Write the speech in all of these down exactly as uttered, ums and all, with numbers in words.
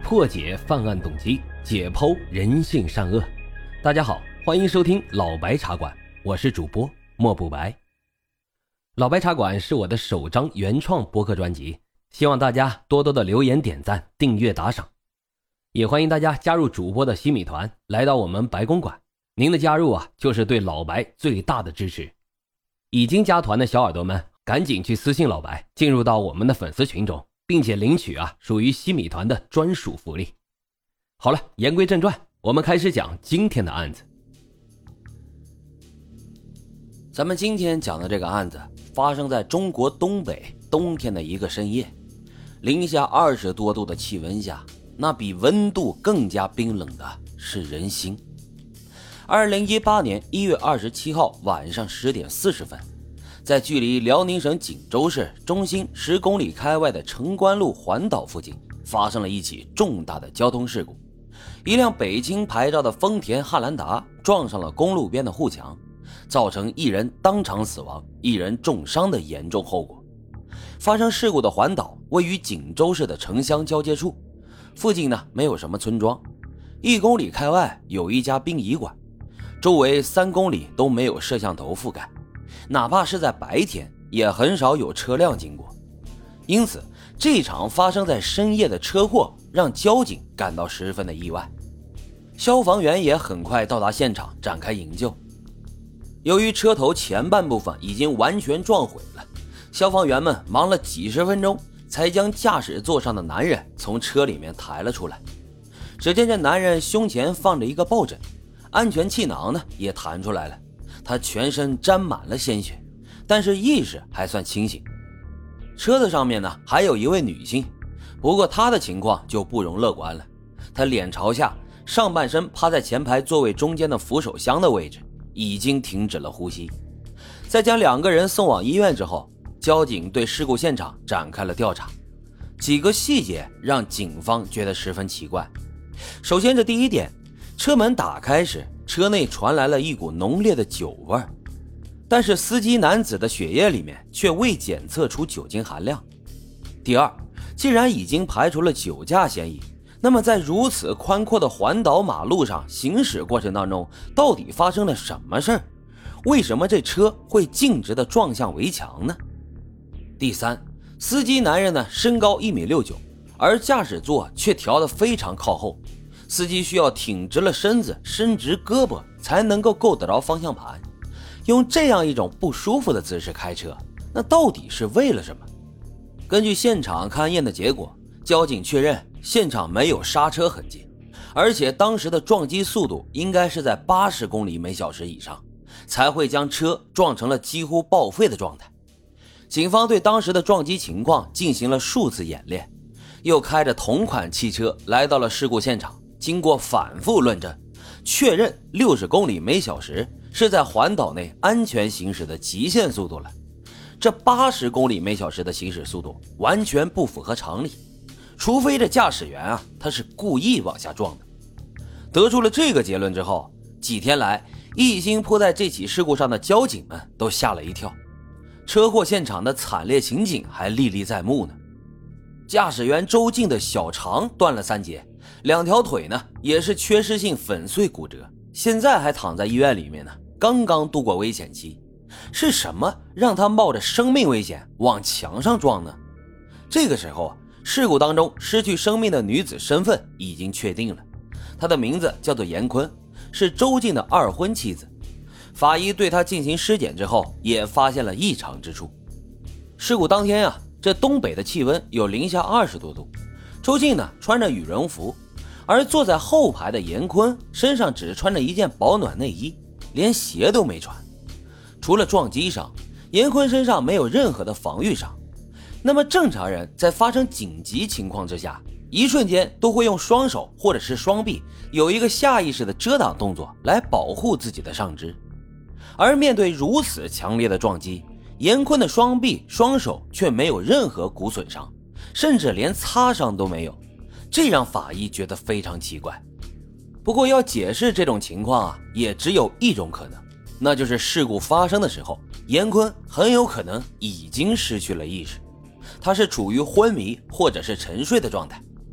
破解犯案动机，解剖人性善恶。大家好，欢迎收听老白茶馆，我是主播莫不白。老白茶馆是我的首张原创播客专辑，希望大家多多的留言点赞订阅打赏，也欢迎大家加入主播的西米团，来到我们白公馆，您的加入啊就是对老白最大的支持。已经加团的小耳朵们赶紧去私信老白，进入到我们的粉丝群中，并且领取啊属于西米团的专属福利。好了，言归正传，我们开始讲今天的案子。 咱们今天讲的这个案子发生在中国东北冬天的一个深夜，零下二十多度的气温下，那比温度更加冰冷的是人心。二零一八年一月二十七号晚上十点四十分，在距离辽宁省锦州市中心十公里开外的城关路环岛附近，发生了一起重大的交通事故。一辆北京牌照的丰田汉兰达撞上了公路边的护墙，造成一人当场死亡，一人重伤的严重后果。发生事故的环岛位于锦州市的城乡交界处，附近呢没有什么村庄，一公里开外有一家殡仪馆，周围三公里都没有摄像头覆盖，哪怕是在白天也很少有车辆经过。因此这场发生在深夜的车祸让交警感到十分的意外，消防员也很快到达现场展开营救。由于车头前半部分已经完全撞毁了，消防员们忙了几十分钟才将驾驶座上的男人从车里面抬了出来。只见这男人胸前放着一个抱枕，安全气囊呢也弹出来了，他全身沾满了鲜血，但是意识还算清醒。车子上面呢还有一位女性，不过她的情况就不容乐观了，她脸朝下，上半身趴在前排座位中间的扶手箱的位置，已经停止了呼吸。在将两个人送往医院之后，交警对事故现场展开了调查，几个细节让警方觉得十分奇怪。首先这第一点，车门打开时，车内传来了一股浓烈的酒味儿，但是司机男子的血液里面却未检测出酒精含量。第二，既然已经排除了酒驾嫌疑，那么在如此宽阔的环岛马路上行驶过程当中，到底发生了什么事儿？为什么这车会径直地撞向围墙呢？第三，司机男人呢身高一米六九，而驾驶座却调得非常靠后，司机需要挺直了身子，伸直胳膊才能够够得着方向盘。用这样一种不舒服的姿势开车，那到底是为了什么？根据现场勘验的结果，交警确认现场没有刹车痕迹，而且当时的撞击速度应该是在八十公里每小时以上，才会将车撞成了几乎报废的状态。警方对当时的撞击情况进行了数次演练，又开着同款汽车来到了事故现场，经过反复论证，确认六十公里每小时是在环岛内安全行驶的极限速度了。这八十公里每小时的行驶速度完全不符合常理，除非这驾驶员啊他是故意往下撞的。得出了这个结论之后，几天来一心扑在这起事故上的交警们都吓了一跳，车祸现场的惨烈情景还历历在目呢。驾驶员周静的小肠断了三节，两条腿呢也是缺失性粉碎骨折，现在还躺在医院里面呢，刚刚度过危险期。是什么让他冒着生命危险往墙上撞呢？这个时候，事故当中失去生命的女子身份已经确定了，她的名字叫做严坤，是周静的二婚妻子。法医对她进行尸检之后，也发现了异常之处。事故当天啊，这东北的气温有零下二十多度，周静呢穿着羽绒服，而坐在后排的严坤身上只穿着一件保暖内衣，连鞋都没穿。除了撞击伤，严坤身上没有任何的防御伤。那么正常人在发生紧急情况之下，一瞬间都会用双手或者是双臂有一个下意识的遮挡动作来保护自己的上肢。而面对如此强烈的撞击，严坤的双臂双手却没有任何骨损伤，甚至连擦伤都没有，这让法医觉得非常奇怪。不过要解释这种情况啊，也只有一种可能，那就是事故发生的时候，严坤很有可能已经失去了意识，他是处于昏迷或者是沉睡的状态。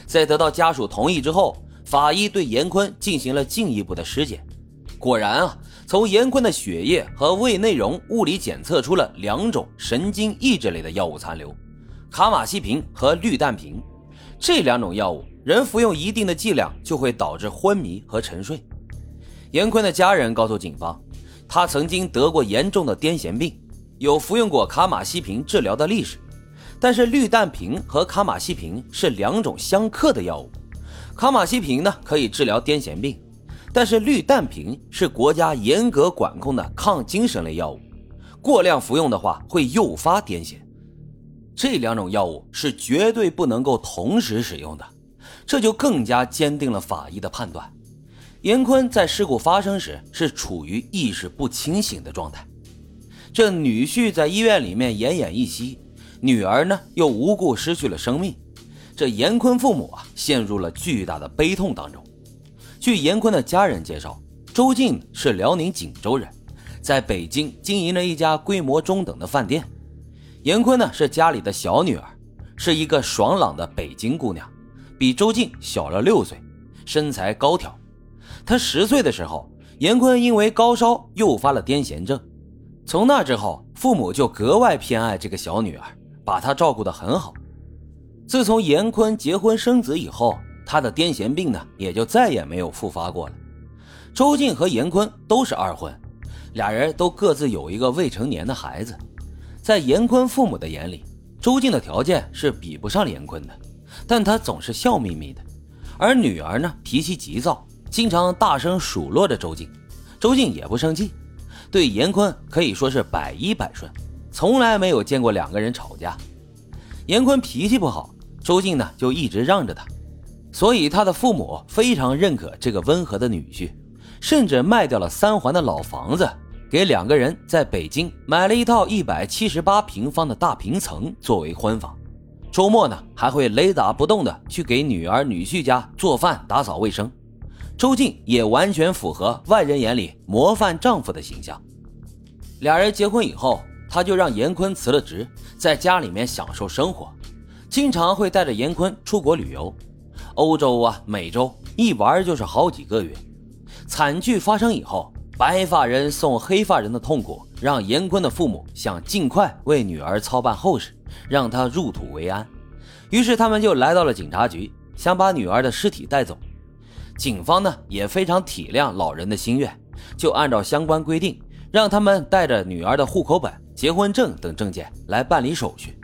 在得到家属同意之后，法医对严坤进行了进一步的尸检。果然啊，从严坤的血液和胃内容物理检测出了两种神经抑制类的药物残留，卡马西平和氯氮平。这两种药物人服用一定的剂量就会导致昏迷和沉睡。严坤的家人告诉警方，他曾经得过严重的癫痫病，有服用过卡马西平治疗的历史。但是氯氮平和卡马西平是两种相克的药物，卡马西平呢可以治疗癫痫病，但是氯氮平是国家严格管控的抗精神类药物，过量服用的话会诱发癫痫。这两种药物是绝对不能够同时使用的，这就更加坚定了法医的判断。严坤在事故发生时是处于意识不清醒的状态，这女婿在医院里面奄奄一息，女儿呢又无故失去了生命，这严坤父母啊陷入了巨大的悲痛当中。据严坤的家人介绍，周静是辽宁锦州人，在北京经营了一家规模中等的饭店。严坤呢是家里的小女儿，是一个爽朗的北京姑娘，比周静小了六岁，身材高挑。她十岁的时候，严坤因为高烧诱发了癫痫症，从那之后父母就格外偏爱这个小女儿，把她照顾得很好。自从严坤结婚生子以后，他的癫痫病呢也就再也没有复发过了。周静和严坤都是二婚，俩人都各自有一个未成年的孩子。在严坤父母的眼里，周静的条件是比不上严坤的，但他总是笑眯眯的，而女儿呢脾气急躁，经常大声数落着周静，周静也不生气，对严坤可以说是百依百顺，从来没有见过两个人吵架。严坤脾气不好，周静呢就一直让着他，所以他的父母非常认可这个温和的女婿，甚至卖掉了三环的老房子，给两个人在北京买了一套一百七十八平方的大平层作为婚房。周末呢还会雷打不动的去给女儿女婿家做饭打扫卫生。周静也完全符合外人眼里模范丈夫的形象。俩人结婚以后，他就让严坤辞了职，在家里面享受生活，经常会带着严坤出国旅游，欧洲啊美洲一玩就是好几个月。惨剧发生以后，白发人送黑发人的痛苦让严坤的父母想尽快为女儿操办后事，让她入土为安。于是他们就来到了警察局，想把女儿的尸体带走。警方呢也非常体谅老人的心愿，就按照相关规定让他们带着女儿的户口本、结婚证等证件来办理手续。